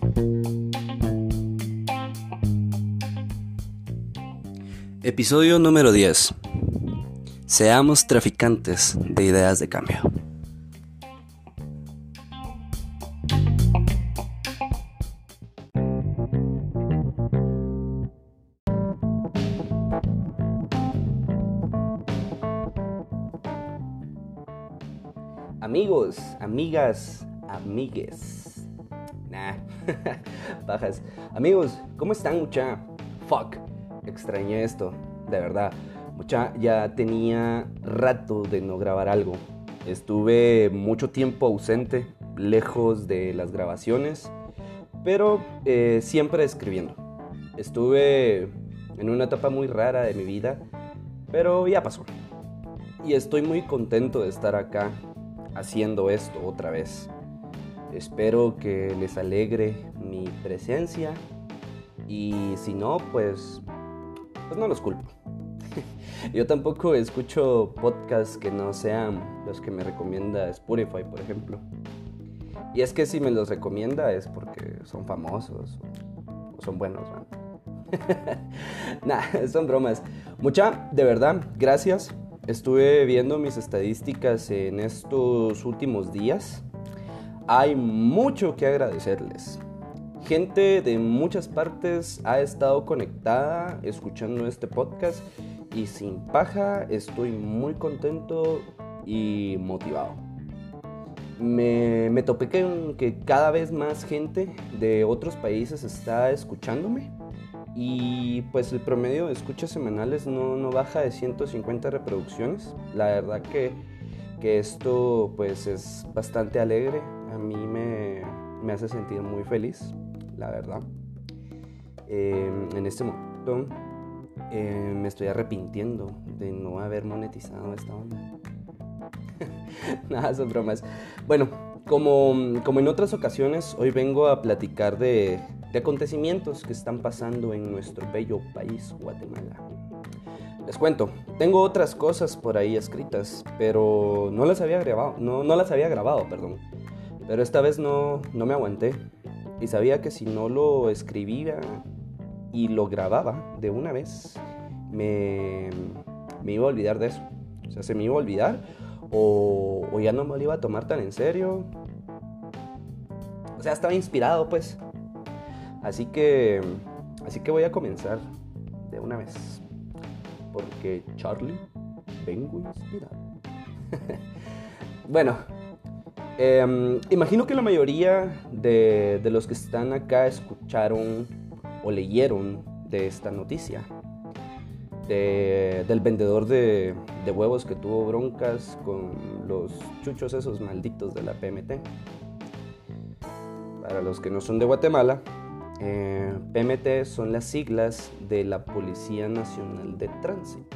Episodio número 10. Seamos traficantes de ideas de cambio. Amigos, amigas, amigues. Bajas. Amigos, ¿cómo están, mucha? Fuck. Extrañé esto, de verdad. Mucha, ya tenía rato de no grabar algo. Estuve mucho tiempo ausente, lejos de las grabaciones, pero siempre escribiendo. Estuve en una etapa muy rara de mi vida, pero ya pasó. Y estoy muy contento de estar acá haciendo esto otra vez. Espero que les alegre mi presencia y si no, pues no los culpo. Yo tampoco escucho podcasts que no sean los que me recomienda Spotify, por ejemplo. Y es que si me los recomienda es porque son famosos o son buenos, man. Son bromas. Mucha, de verdad, gracias. Estuve viendo mis estadísticas en estos últimos días. Hay mucho que agradecerles. Gente de muchas partes ha estado conectada escuchando este podcast y sin paja estoy muy contento y motivado. Me topé que cada vez más gente de otros países está escuchándome y pues el promedio de escuchas semanales no baja de 150 reproducciones. La verdad que esto pues es bastante alegre, a mí me hace sentir muy feliz. La verdad, en este momento me estoy arrepintiendo de no haber monetizado esta onda. Nada, son bromas. Bueno, como en otras ocasiones, hoy vengo a platicar de acontecimientos que están pasando en nuestro bello país, Guatemala. Les cuento, tengo otras cosas por ahí escritas, pero no las había grabado, perdón. Pero esta vez no me aguanté. Y sabía que si no lo escribía y lo grababa de una vez, me iba a olvidar de eso. O sea, se me iba a olvidar o ya no me lo iba a tomar tan en serio. O sea, estaba inspirado, pues. Así que voy a comenzar de una vez. Porque Charlie, vengo inspirado. Bueno. Imagino que la mayoría de los que están acá escucharon o leyeron de esta noticia del vendedor de huevos que tuvo broncas con los chuchos esos malditos de la PMT. Para los que no son de Guatemala, PMT son las siglas de la Policía Nacional de Tránsito.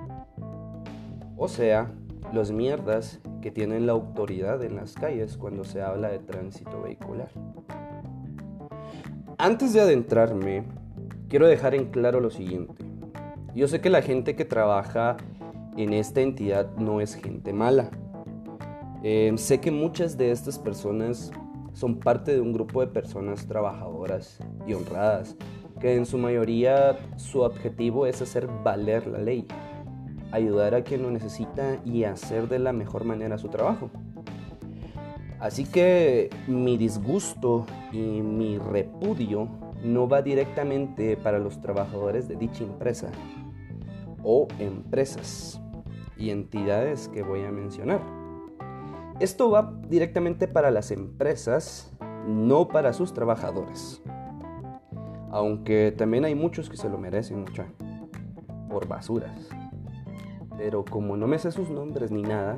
O sea, los mierdas que tienen la autoridad en las calles cuando se habla de tránsito vehicular. Antes de adentrarme, quiero dejar en claro lo siguiente. Yo sé que la gente que trabaja en esta entidad no es gente mala. Sé que muchas de estas personas son parte de un grupo de personas trabajadoras y honradas, que en su mayoría su objetivo es hacer valer la ley, ayudar a quien lo necesita y hacer de la mejor manera su trabajo. Así que mi disgusto y mi repudio no va directamente para los trabajadores de dicha empresa o empresas y entidades que voy a mencionar. Esto va directamente para las empresas, no para sus trabajadores. Aunque también hay muchos que se lo merecen, mucha, por basuras. Pero como no me sé sus nombres ni nada,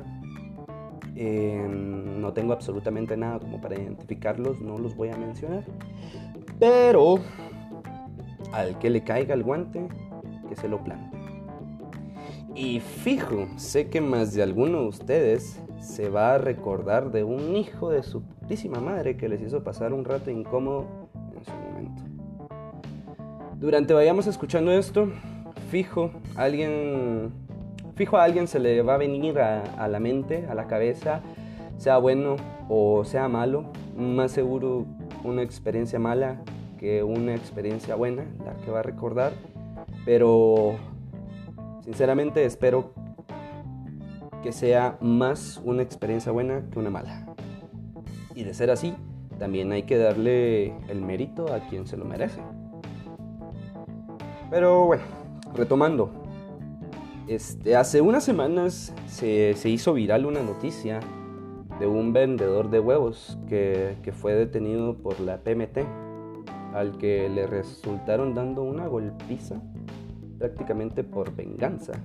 no tengo absolutamente nada como para identificarlos, no los voy a mencionar. Pero al que le caiga el guante, que se lo plante. Y fijo, sé que más de alguno de ustedes se va a recordar de un hijo de su putísima madre que les hizo pasar un rato incómodo en su momento. Durante vayamos escuchando esto, fijo a alguien se le va a venir a la mente, a la cabeza, sea bueno o sea malo, más seguro una experiencia mala que una experiencia buena, la que va a recordar, pero sinceramente espero que sea más una experiencia buena que una mala. Y de ser así, también hay que darle el mérito a quien se lo merece. Pero bueno, retomando. Hace unas semanas se hizo viral una noticia de un vendedor de huevos que fue detenido por la PMT, al que le resultaron dando una golpiza prácticamente por venganza.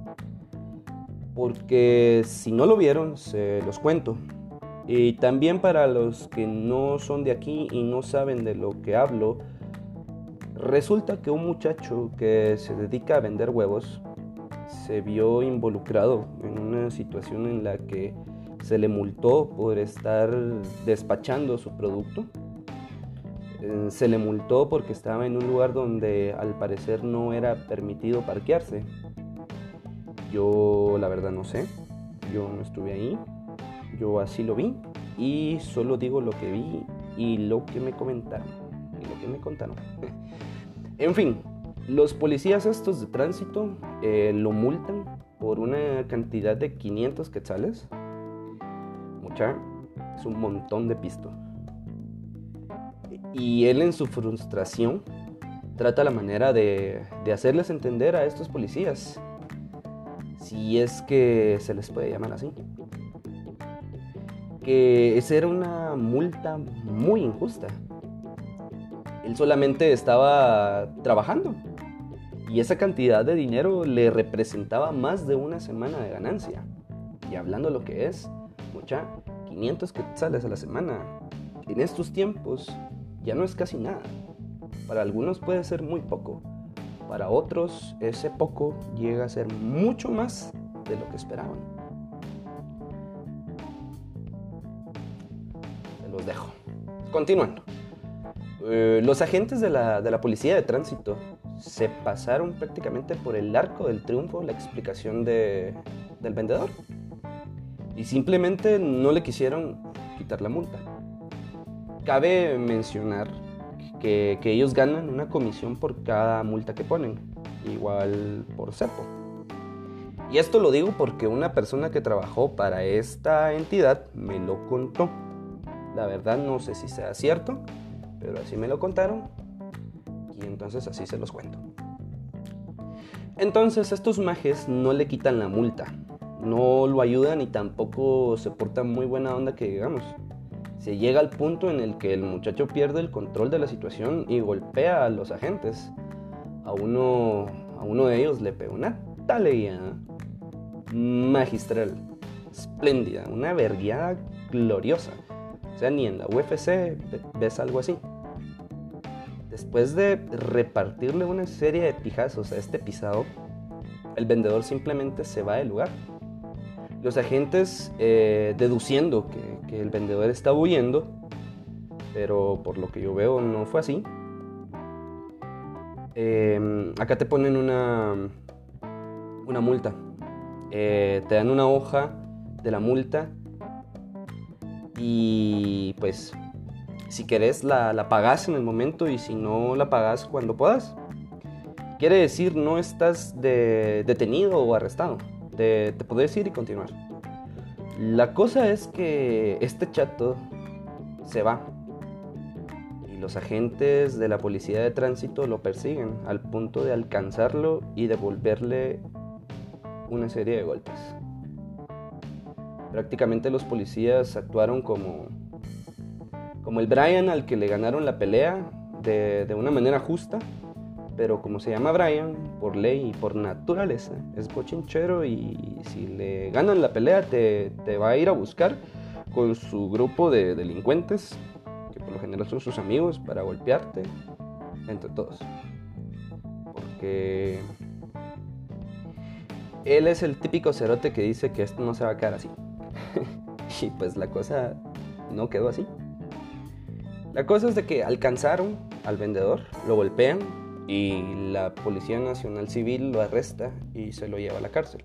Porque si no lo vieron, se los cuento. Y también para los que no son de aquí y no saben de lo que hablo, resulta que un muchacho que se dedica a vender huevos se vio involucrado en una situación en la que se le multó por estar despachando su producto. Se le multó porque estaba en un lugar donde al parecer no era permitido parquearse. Yo la verdad no sé, yo no estuve ahí, yo así lo vi y solo digo lo que vi y lo que me comentaron y lo que me contaron. En fin, los policías estos de tránsito lo multan por una cantidad de 500 quetzales. Mucha, es un montón de pisto. Y él en su frustración trata la manera de hacerles entender a estos policías, si es que se les puede llamar así, que esa era una multa muy injusta. Él solamente estaba trabajando y esa cantidad de dinero le representaba más de una semana de ganancia. Y hablando lo que es, mucha, 500 quetzales a la semana en estos tiempos ya no es casi nada. Para algunos puede ser muy poco, para otros ese poco llega a ser mucho más de lo que esperaban. Se los dejo. Continuando. Los agentes de la policía de tránsito se pasaron prácticamente por el arco del triunfo la explicación del vendedor y simplemente no le quisieron quitar la multa. Cabe mencionar que ellos ganan una comisión por cada multa que ponen, igual por cepo. Y esto lo digo porque una persona que trabajó para esta entidad me lo contó. La verdad no sé si sea cierto, pero así me lo contaron y entonces así se los cuento. Entonces estos majes no le quitan la multa, no lo ayudan y tampoco se portan muy buena onda que digamos. Se llega al punto en el que el muchacho pierde el control de la situación y golpea a los agentes. A uno de ellos le pega una talegueada magistral, espléndida, una vergueada gloriosa. O sea, ni en la UFC ves algo así. Después de repartirle una serie de pijazos a este pisado, el vendedor simplemente se va del lugar. Los agentes deduciendo que el vendedor estaba huyendo, pero por lo que yo veo no fue así. Acá te ponen una multa. Te dan una hoja de la multa y pues si querés la pagás en el momento y si no la pagás cuando puedas. Quiere decir no estás detenido o arrestado. Te podés ir y continuar. La cosa es que este chato se va y los agentes de la policía de tránsito lo persiguen al punto de alcanzarlo y devolverle una serie de golpes. Prácticamente los policías actuaron como el Brian al que le ganaron la pelea de una manera justa, pero como se llama Brian, por ley y por naturaleza, es bochinchero y si le ganan la pelea te va a ir a buscar con su grupo de delincuentes, que por lo general son sus amigos, para golpearte entre todos. Porque él es el típico cerote que dice que esto no se va a quedar así. Y pues la cosa no quedó así. La cosa es de que alcanzaron al vendedor, lo golpean y la Policía Nacional Civil lo arresta y se lo lleva a la cárcel.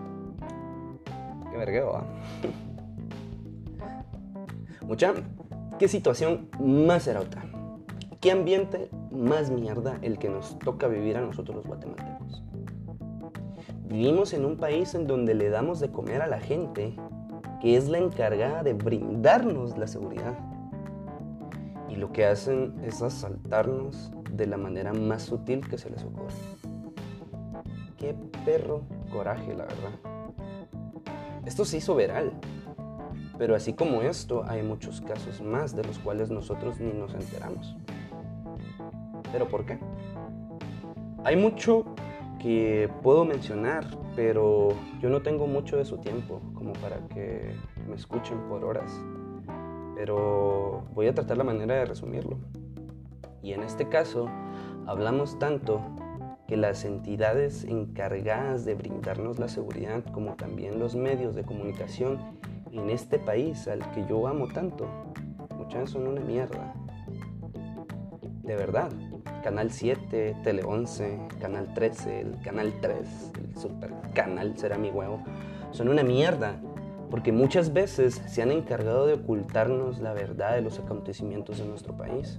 Qué vergueo, ¿ah? Mucha, ¿Qué situación más cerota? ¿Qué ambiente más mierda el que nos toca vivir a nosotros los guatemaltecos? Vivimos en un país en donde le damos de comer a la gente que es la encargada de brindarnos la seguridad. Y lo que hacen es asaltarnos de la manera más sutil que se les ocurre. Qué perro coraje, la verdad. Esto se hizo viral, pero así como esto, hay muchos casos más de los cuales nosotros ni nos enteramos. ¿Pero por qué? Hay mucho que puedo mencionar, pero yo no tengo mucho de su tiempo como para que me escuchen por horas. Pero voy a tratar la manera de resumirlo. Y en este caso, hablamos tanto que las entidades encargadas de brindarnos la seguridad, como también los medios de comunicación en este país al que yo amo tanto, muchas son una mierda. De verdad. Canal 7, Tele 11, Canal 13, el Canal 3, el super canal será mi huevo, son una mierda, porque muchas veces se han encargado de ocultarnos la verdad de los acontecimientos de nuestro país.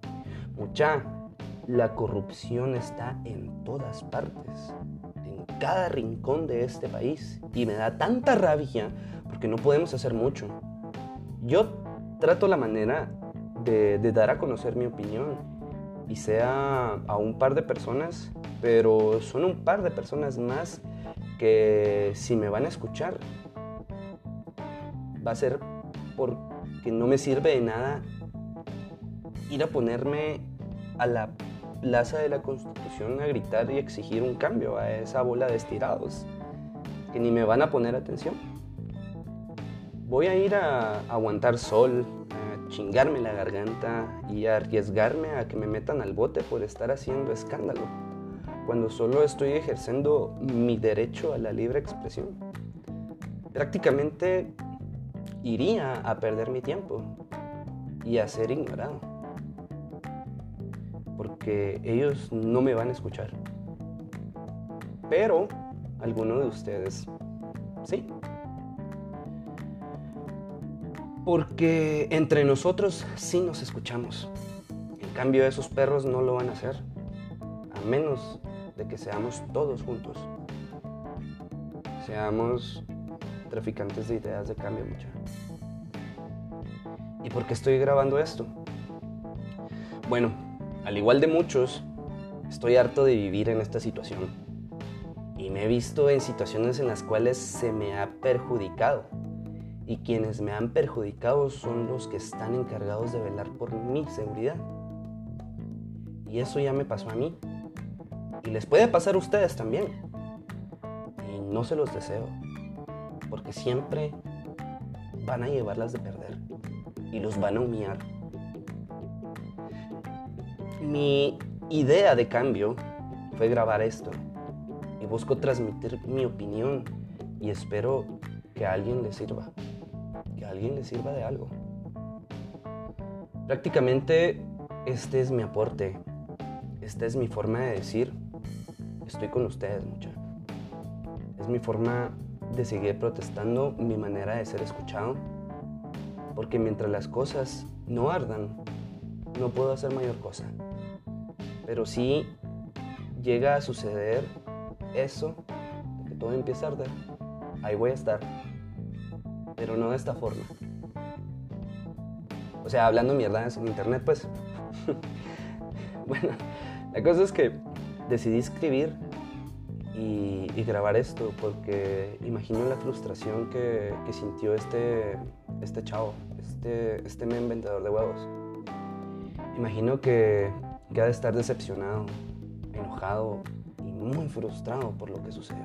La corrupción está en todas partes, en cada rincón de este país, y me da tanta rabia porque no podemos hacer mucho. Yo trato la manera de dar a conocer mi opinión, y sea a un par de personas, pero son un par de personas más que si me van a escuchar, va a ser porque no me sirve de nada ir a ponerme a la Plaza de la Constitución a gritar y exigir un cambio a esa bola de estirados que ni me van a poner atención. Voy a ir a aguantar sol, a chingarme la garganta y a arriesgarme a que me metan al bote por estar haciendo escándalo, cuando solo estoy ejerciendo mi derecho a la libre expresión. Prácticamente iría a perder mi tiempo y a ser ignorado, porque ellos no me van a escuchar. Pero alguno de ustedes sí. Porque entre nosotros sí nos escuchamos. En cambio, esos perros no lo van a hacer, a menos de que seamos todos juntos. Seamos traficantes de ideas de cambio, muchachos. ¿Y por qué estoy grabando esto? Bueno, al igual de muchos, estoy harto de vivir en esta situación. Y me he visto en situaciones en las cuales se me ha perjudicado. Y quienes me han perjudicado son los que están encargados de velar por mi seguridad. Y eso ya me pasó a mí. Y les puede pasar a ustedes también. Y no se los deseo, porque siempre van a llevarlas de perder y los van a humillar. Mi idea de cambio fue grabar esto y busco transmitir mi opinión y espero que a alguien le sirva. Que a alguien le sirva de algo. Prácticamente este es mi aporte. Esta es mi forma de decir: estoy con ustedes, muchachos. Es mi forma de seguir protestando, mi manera de ser escuchado. Porque mientras las cosas no ardan, no puedo hacer mayor cosa. Pero si llega a suceder eso, de que todo empieza a arder, ahí voy a estar. Pero no de esta forma. O sea, hablando mierdas en internet, pues. Bueno, la cosa es que decidí escribir y grabar esto porque imagino la frustración que sintió este chavo, este men vendedor de huevos. Imagino que ha de estar decepcionado, enojado y muy frustrado por lo que sucedió.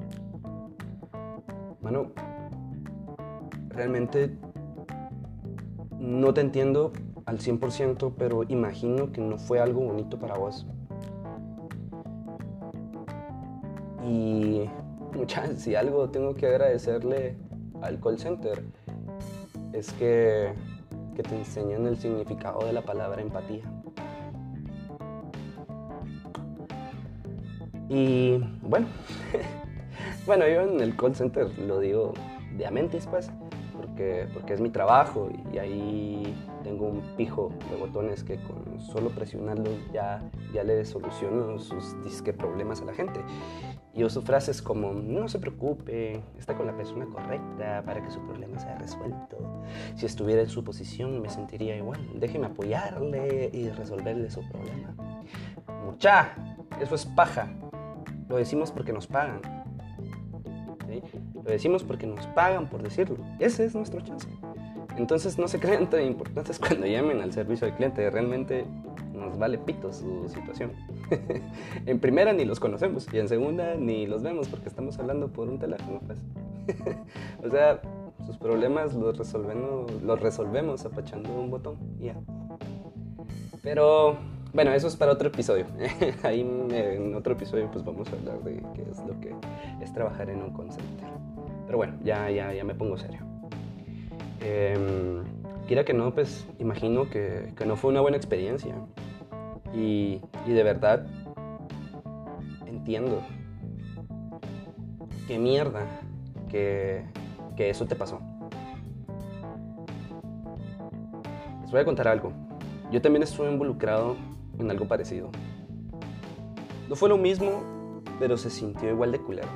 Mano, realmente no te entiendo al 100%, pero imagino que no fue algo bonito para vos. Y muchachos, si algo tengo que agradecerle al call center es que te enseñan el significado de la palabra empatía. Y bueno, bueno, yo en el call center lo digo de a mentis, pues, porque es mi trabajo y ahí tengo pijo de botones que con solo presionarlos ya le soluciono sus disque problemas a la gente. Y uso frases como: no se preocupe, está con la persona correcta para que su problema sea resuelto. Si estuviera en su posición me sentiría igual. Déjeme apoyarle y resolverle su problema. Mucha, eso es paja. Lo decimos porque nos pagan. ¿Sí? Lo decimos porque nos pagan por decirlo. Ese es nuestro chance. Entonces no se crean tan importantes cuando llamen al servicio al cliente. Realmente nos vale pito su situación. En primera ni los conocemos y en segunda ni los vemos porque estamos hablando por un teléfono, pues. O sea, sus problemas los resolvemos apachando un botón y ya. Pero bueno, eso es para otro episodio. Ahí en otro episodio pues vamos a hablar de qué es lo que es trabajar en un call center. Pero bueno, ya me pongo serio. Quiera que no, pues imagino que no fue una buena experiencia. Y de verdad entiendo. Qué mierda que eso te pasó. Les voy a contar algo. Yo también estuve involucrado en algo parecido. No fue lo mismo, pero se sintió igual de culero.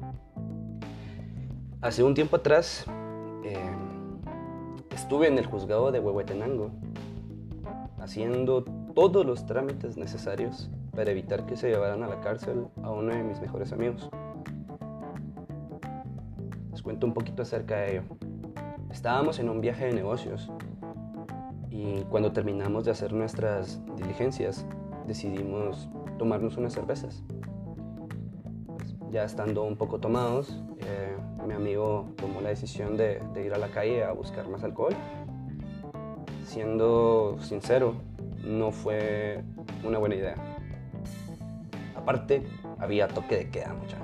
Hace un tiempo atrás estuve en el juzgado de Huehuetenango haciendo todos los trámites necesarios para evitar que se llevaran a la cárcel a uno de mis mejores amigos. Les cuento un poquito acerca de ello. Estábamos en un viaje de negocios y cuando terminamos de hacer nuestras diligencias decidimos tomarnos unas cervezas. Pues, ya estando un poco tomados, mi amigo tomó la decisión de ir a la calle a buscar más alcohol. Siendo sincero, no fue una buena idea. Aparte, había toque de queda, muchacho.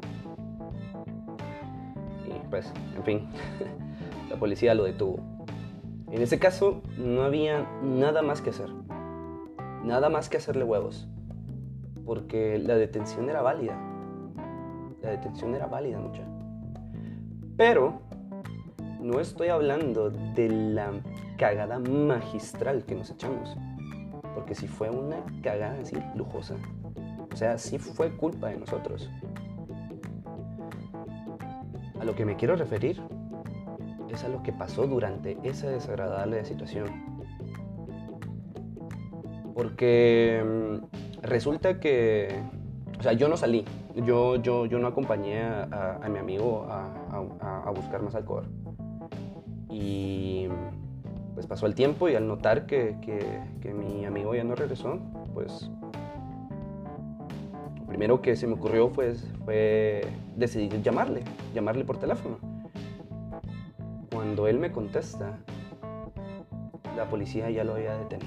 Y pues, en fin, la policía lo detuvo. En ese caso, no había nada más que hacer. Nada más que hacerle huevos. Porque la detención era válida. La detención era válida, muchacho. Pero no estoy hablando de la cagada magistral que nos echamos. Porque sí fue una cagada así lujosa. O sea, sí fue culpa de nosotros. A lo que me quiero referir es a lo que pasó durante esa desagradable situación. Porque resulta que... O sea, yo no salí. Yo no acompañé a mi amigo a buscar más alcohol. Y pues pasó el tiempo y al notar que mi amigo ya no regresó, pues lo primero que se me ocurrió fue decidir llamarle por teléfono. Cuando él me contesta, la policía ya lo había detenido.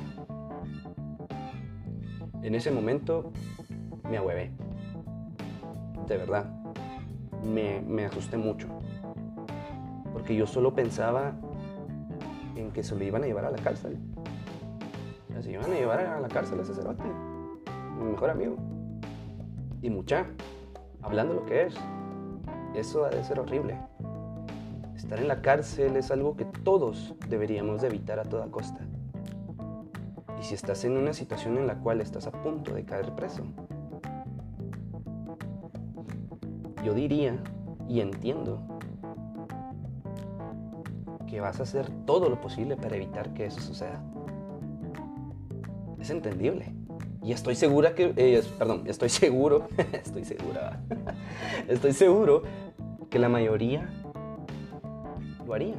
En ese momento me ahuevé. De verdad, me asusté mucho. Porque yo solo pensaba en que se lo iban a llevar a la cárcel. O sea, se iban a llevar a la cárcel a ese cerote, mi mejor amigo. Y mucha, hablando lo que es, eso ha de ser horrible. Estar en la cárcel es algo que todos deberíamos de evitar a toda costa. Y si estás en una situación en la cual estás a punto de caer preso, yo diría y entiendo que vas a hacer todo lo posible para evitar que eso suceda. Es entendible. Y estoy seguro que la mayoría lo haría.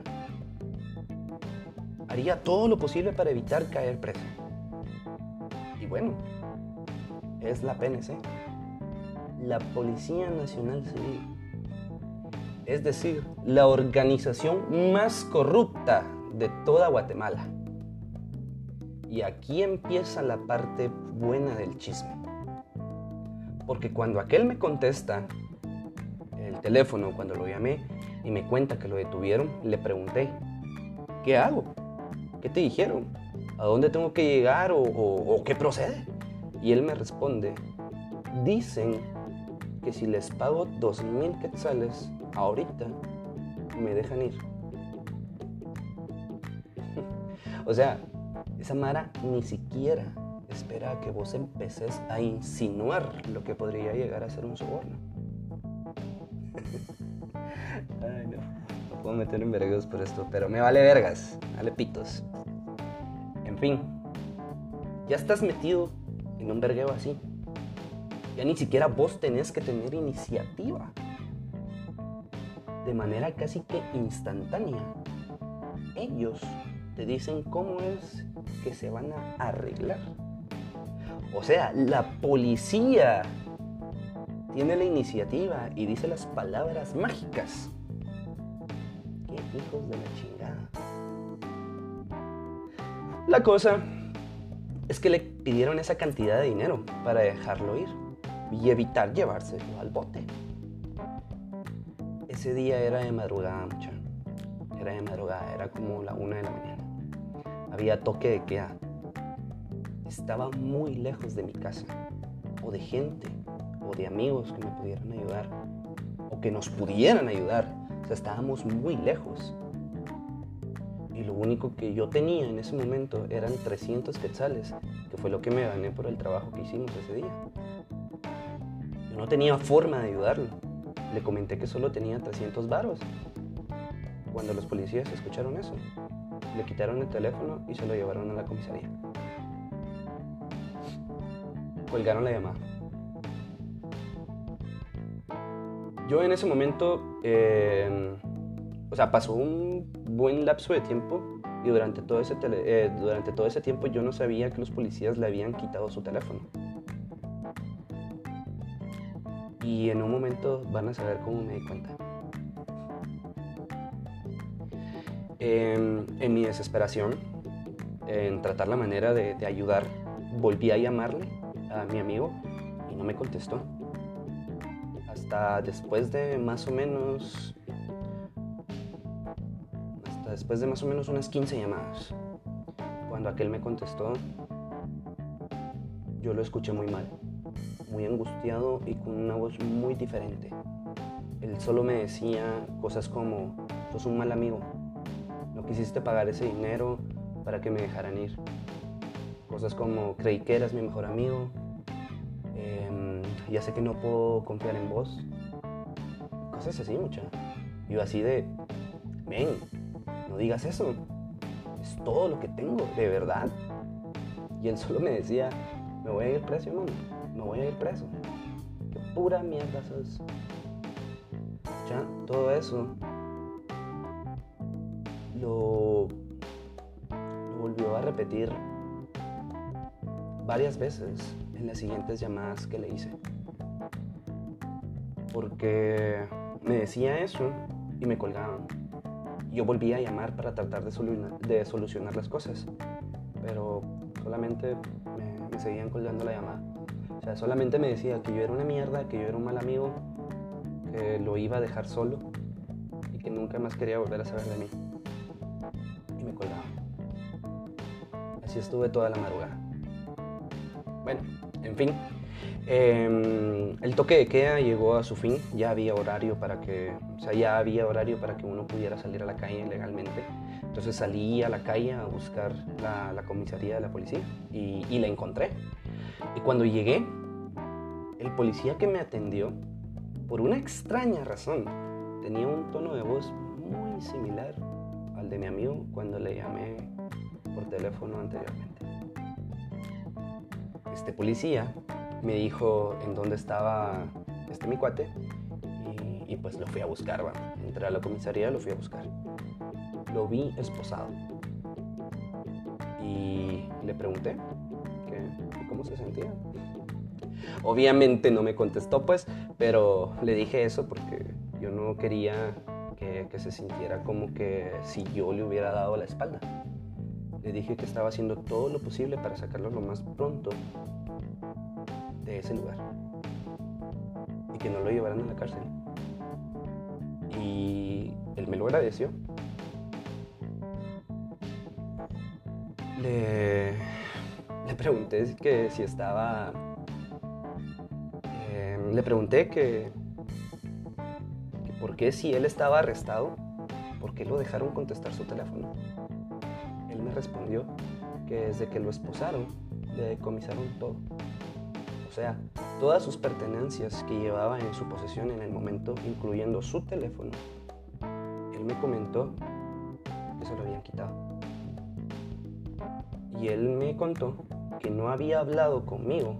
Haría todo lo posible para evitar caer preso. Y bueno, es la PNC, la Policía Nacional Civil. Es decir, la organización más corrupta de toda Guatemala. Y aquí empieza la parte buena del chisme. Porque cuando aquel me contesta el teléfono, cuando lo llamé y me cuenta que lo detuvieron, le pregunté, ¿qué hago? ¿Qué te dijeron? ¿A dónde tengo que llegar o qué procede? Y él me responde, dicen que si les pago 2,000 quetzales ahorita, me dejan ir. O sea, Esa mara ni siquiera espera a que vos empeces a insinuar lo que podría llegar a ser un soborno. Ay, no puedo meter en vergüenza por esto, pero me vale vergas, vale pitos. En fin, ya estás metido en un vergueo así. Ya ni siquiera vos tenés que tener iniciativa. De manera casi que instantánea, ellos te dicen cómo es que se van a arreglar. O sea, la policía tiene la iniciativa y dice las palabras mágicas. ¡Qué hijos de la chingada! La cosa es que le pidieron esa cantidad de dinero para dejarlo ir y evitar llevárselo al bote. Ese día era de madrugada, mucha. Era de madrugada, era como la 1 de la mañana. Había toque de queda. Estaba muy lejos de mi casa, o de gente, o de amigos que me pudieran ayudar, o que nos pudieran ayudar. O sea, estábamos muy lejos. Y lo único que yo tenía en ese momento eran 300 quetzales, que fue lo que me gané por el trabajo que hicimos ese día. Yo no tenía forma de ayudarlo. Le comenté que solo tenía 300 varos. Cuando los policías escucharon eso, le quitaron el teléfono y se lo llevaron a la comisaría. Colgaron la llamada. Yo en ese momento, pasó un buen lapso de tiempo y durante todo ese tiempo yo no sabía que los policías le habían quitado su teléfono. Y en un momento van a saber cómo me di cuenta. En mi desesperación, en tratar la manera de ayudar, volví a llamarle a mi amigo y no me contestó. Hasta después de más o menos unas 15 llamadas. Cuando aquel me contestó, yo lo escuché muy mal, muy angustiado y con una voz muy diferente. Él solo me decía cosas como: sos un mal amigo, no quisiste pagar ese dinero para que me dejaran ir. Cosas como: creí que eras mi mejor amigo, ya sé que no puedo confiar en vos. Cosas así, mucha. Yo así de: ven, no digas eso, es todo lo que tengo, de verdad. Y él solo me decía: me voy a ir preso, mano, me voy a ir preso. Qué pura mierda sos. Ya, todo eso lo volvió a repetir varias veces en las siguientes llamadas que le hice. Porque me decía eso y me colgaban. Yo volvía a llamar para tratar de solucionar las cosas, pero solamente me seguían colgando la llamada. O sea, solamente me decía que yo era una mierda, que yo era un mal amigo, que lo iba a dejar solo y que nunca más quería volver a saber de mí. Y me colgaba. Así estuve toda la madrugada. Bueno, en fin. El toque de queda llegó a su fin. Ya había horario para que uno pudiera salir a la calle legalmente. Entonces salí a la calle a buscar la comisaría de la policía y la encontré. Y cuando llegué, el policía que me atendió, por una extraña razón, tenía un tono de voz muy similar al de mi amigo cuando le llamé por teléfono anteriormente. Este policía me dijo en dónde estaba mi cuate y pues lo fui a buscar, ¿va? Entré a la comisaría, lo fui a buscar. Lo vi esposado y le pregunté cómo se sentía. Obviamente no me contestó, pues, pero le dije eso porque yo no quería que se sintiera como que si yo le hubiera dado la espalda. Le dije que estaba haciendo todo lo posible para sacarlo lo más pronto de ese lugar y que no lo llevaran a la cárcel. Y él me lo agradeció. Le pregunté que si estaba... le pregunté que por qué, si él estaba arrestado, por qué lo dejaron contestar su teléfono. Él me respondió que desde que lo esposaron, le decomisaron todo. O sea, todas sus pertenencias que llevaba en su posesión en el momento, incluyendo su teléfono, él me comentó que se lo habían quitado. Y él me contó que no había hablado conmigo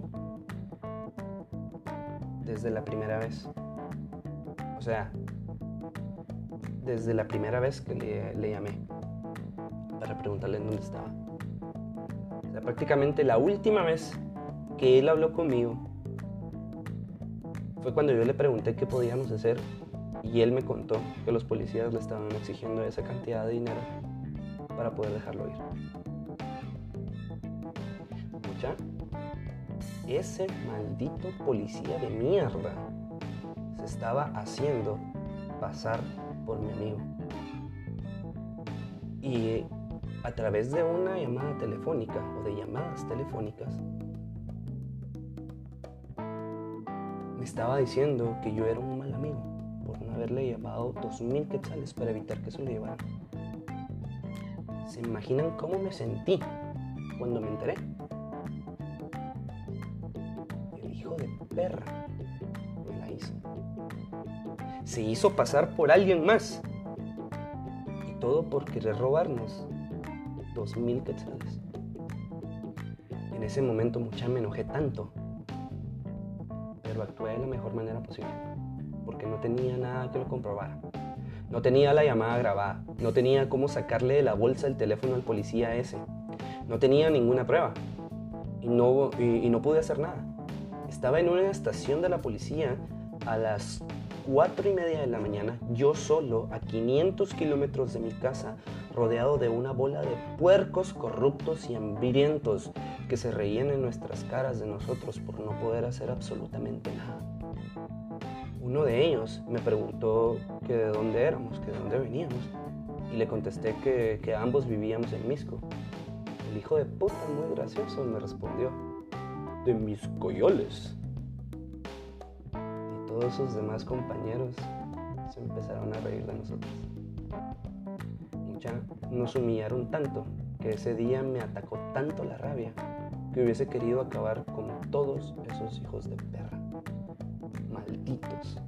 desde la primera vez. O sea, desde la primera vez que le llamé para preguntarle en dónde estaba. O sea, prácticamente la última vez que él habló conmigo fue cuando yo le pregunté qué podíamos hacer y él me contó que los policías le estaban exigiendo esa cantidad de dinero para poder dejarlo ir. ¿Escucha? Ese maldito policía de mierda se estaba haciendo pasar por mi amigo. Y a través de una llamada telefónica o de llamadas telefónicas me estaba diciendo que yo era un mal amigo por no haberle llevado 2,000 quetzales para evitar que se lo llevaran. ¿Se imaginan cómo me sentí cuando me enteré? El hijo de perra me la hizo. Se hizo pasar por alguien más. Y todo por querer robarnos 2,000 quetzales. En ese momento, mucha, me enojé tanto. Pero actué de la mejor manera posible. Porque no tenía nada que lo comprobara. No tenía la llamada grabada. No tenía cómo sacarle de la bolsa el teléfono al policía ese. No tenía ninguna prueba. Y no pude hacer nada. Estaba en una estación de la policía a las 4:30 de la mañana, yo solo, a 500 kilómetros de mi casa, rodeado de una bola de puercos corruptos y hambrientos que se reían en nuestras caras de nosotros por no poder hacer absolutamente nada. Uno de ellos me preguntó que de dónde éramos, que de dónde veníamos, y le contesté que ambos vivíamos en Misco. El hijo de puta, muy gracioso, me respondió: de mis coyoles. Y todos sus demás compañeros se empezaron a reír de nosotros. Nos humillaron tanto que ese día me atacó tanto la rabia que hubiese querido acabar con todos esos hijos de perra. Malditos.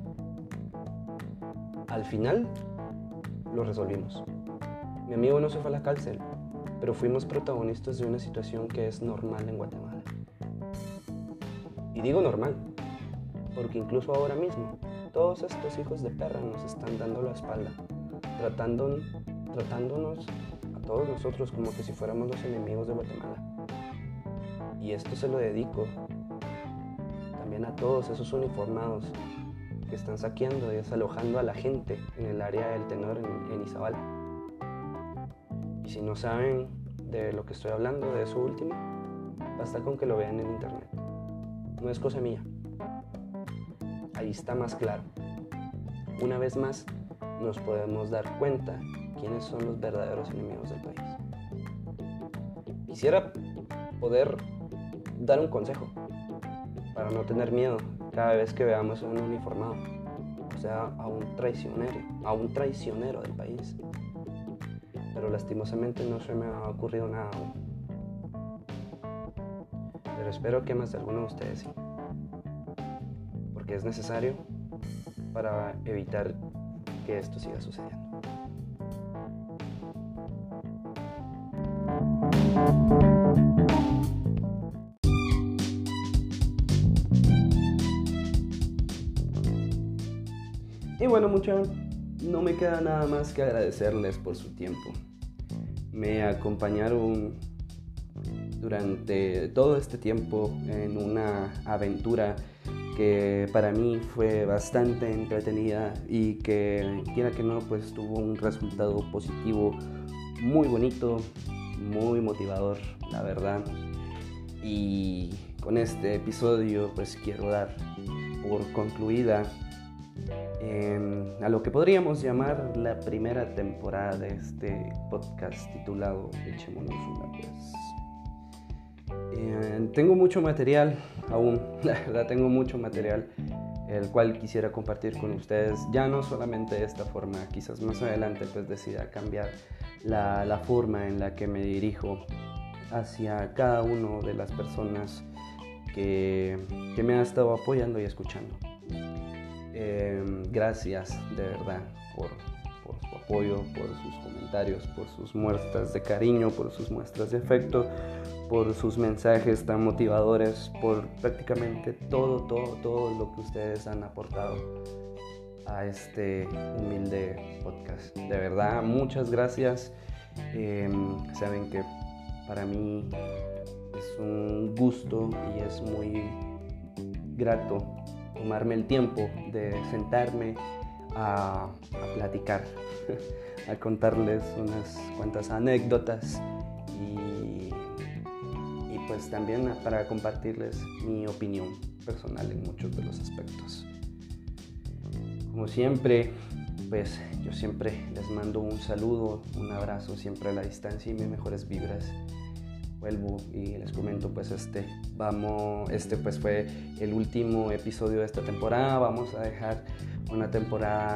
Al final lo resolvimos. Mi amigo no se fue a la cárcel, pero fuimos protagonistas de una situación que es normal en Guatemala. Y digo normal, porque incluso ahora mismo, todos estos hijos de perra nos están dando la espalda, tratándonos a todos nosotros como que si fuéramos los enemigos de Guatemala. Y esto se lo dedico también a todos esos uniformados que están saqueando y desalojando a la gente en el área del Tenor en Izabal. Y si no saben de lo que estoy hablando, de eso último, basta con que lo vean en internet. No es cosa mía. Ahí está más claro. Una vez más, nos podemos dar cuenta quiénes son los verdaderos enemigos del país. Quisiera poder dar un consejo para no tener miedo cada vez que veamos a un uniformado, o sea, a un traicionero del país. Pero lastimosamente no se me ha ocurrido nada aún. Pero espero que más de alguno de ustedes sí, porque es necesario para evitar que esto siga sucediendo. Y bueno, muchachos, no me queda nada más que agradecerles por su tiempo. Me acompañaron durante todo este tiempo en una aventura que para mí fue bastante entretenida y que, quiera que no, pues tuvo un resultado positivo muy bonito, muy motivador, la verdad. Y con este episodio pues quiero dar por concluida a lo que podríamos llamar la primera temporada de este podcast titulado Echémonos una pues. Tengo mucho material aún, la verdad tengo mucho material el cual quisiera compartir con ustedes, ya no solamente de esta forma, quizás más adelante pues decida cambiar la forma en la que me dirijo hacia cada una de las personas que me ha estado apoyando y escuchando. Gracias de verdad por su apoyo, por sus comentarios, por sus muestras de cariño, por sus muestras de afecto, por sus mensajes tan motivadores, por prácticamente todo lo que ustedes han aportado a este humilde podcast. De verdad, muchas gracias. Saben que para mí es un gusto y es muy grato tomarme el tiempo de sentarme a platicar, a contarles unas cuantas anécdotas y pues también para compartirles mi opinión personal en muchos de los aspectos. Como siempre, pues yo siempre les mando un saludo, un abrazo siempre a la distancia y mis mejores vibras. Vuelvo y les comento, pues este pues fue el último episodio de esta temporada. Vamos a dejar una temporada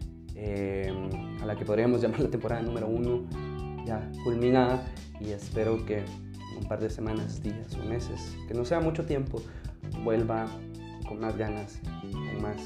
a la que podríamos llamar la temporada número 1 ya culminada, y espero que en un par de semanas, días o meses, que no sea mucho tiempo, vuelva con más ganas, con más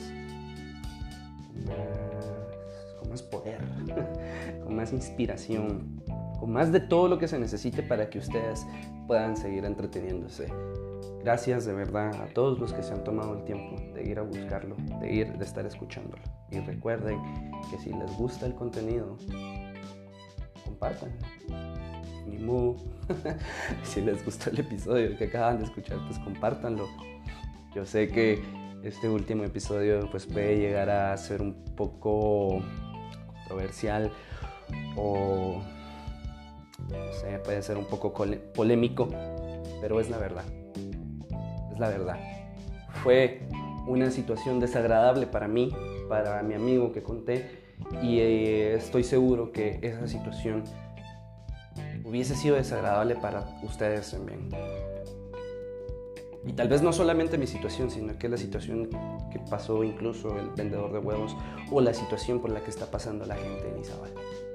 poder, con más inspiración, con más de todo lo que se necesite para que ustedes puedan seguir entreteniéndose. Gracias de verdad a todos los que se han tomado el tiempo de ir a buscarlo, de estar escuchándolo. Y recuerden que si les gusta el contenido, compártanlo. Ni modo. Si les gustó el episodio que acaban de escuchar, pues compártanlo. Yo sé que este último episodio pues puede llegar a ser un poco controversial o no sé, puede ser un poco polémico, pero es la verdad. Es la verdad. Fue una situación desagradable para mí, para mi amigo que conté, y estoy seguro que esa situación hubiese sido desagradable para ustedes también. Y tal vez no solamente mi situación, sino que la situación que pasó incluso el vendedor de huevos o la situación por la que está pasando la gente en Izabal.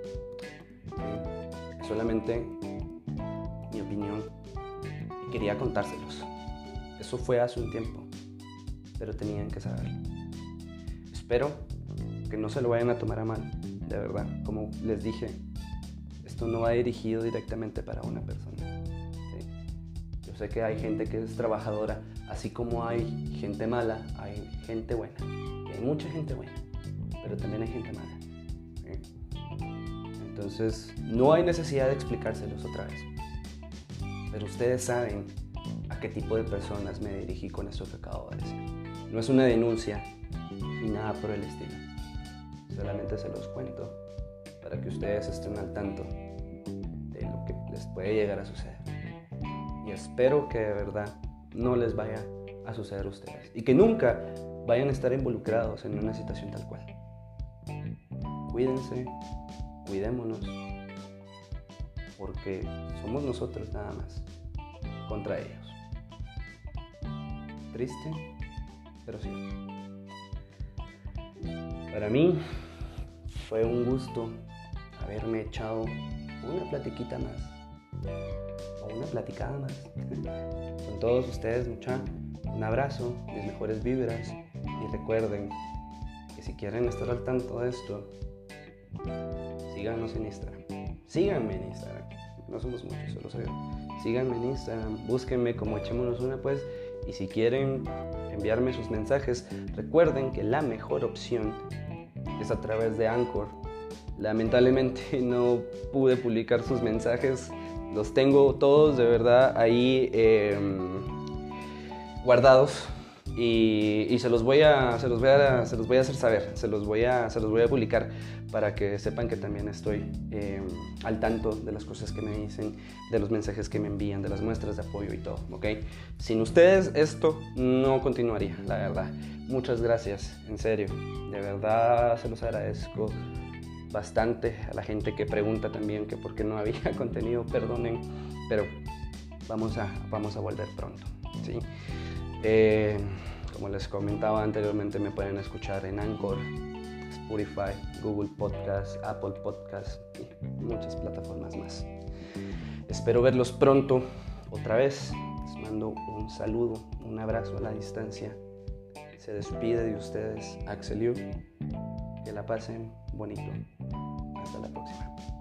Solamente mi opinión y quería contárselos. Eso fue hace un tiempo, pero tenían que saberlo. Espero que no se lo vayan a tomar a mal, de verdad. Como les dije, esto no va dirigido directamente para una persona. Yo sé que hay gente que es trabajadora, así como hay gente mala, hay gente buena. Y hay mucha gente buena, pero también hay gente mala. Entonces, no hay necesidad de explicárselos otra vez. Pero ustedes saben a qué tipo de personas me dirigí con esto que acabo de decir. No es una denuncia ni nada por el estilo. Solamente se los cuento para que ustedes estén al tanto de lo que les puede llegar a suceder. Y espero que de verdad no les vaya a suceder a ustedes. Y que nunca vayan a estar involucrados en una situación tal cual. Cuídense, cuidémonos, porque somos nosotros nada más contra ellos. Triste, pero cierto. Para mí fue un gusto haberme echado una platiquita más, o una platicada más, con todos ustedes, mucha. Un abrazo, mis mejores vibras, y recuerden que si quieren estar al tanto de esto, síganos en Instagram. Síganme en Instagram. No somos muchos, solo soy yo. Síganme en Instagram, búsquenme como Echémonos Una, pues. Y si quieren enviarme sus mensajes, recuerden que la mejor opción es a través de Anchor. Lamentablemente no pude publicar sus mensajes. Los tengo todos de verdad ahí guardados. Y se los voy a hacer saber, se los voy a publicar para que sepan que también estoy al tanto de las cosas que me dicen, de los mensajes que me envían, de las muestras de apoyo y todo, ¿ok? Sin ustedes esto no continuaría, la verdad. Muchas gracias, en serio, de verdad se los agradezco bastante. A la gente que pregunta también que por qué no había contenido, perdonen, pero vamos a volver pronto, ¿sí? Como les comentaba anteriormente, me pueden escuchar en Anchor, Spotify, Google Podcast, Apple Podcast y muchas plataformas más. Espero verlos pronto otra vez. Les mando un saludo, un abrazo a la distancia. Se despide de ustedes Axel Yu. Que la pasen bonito. Hasta la próxima.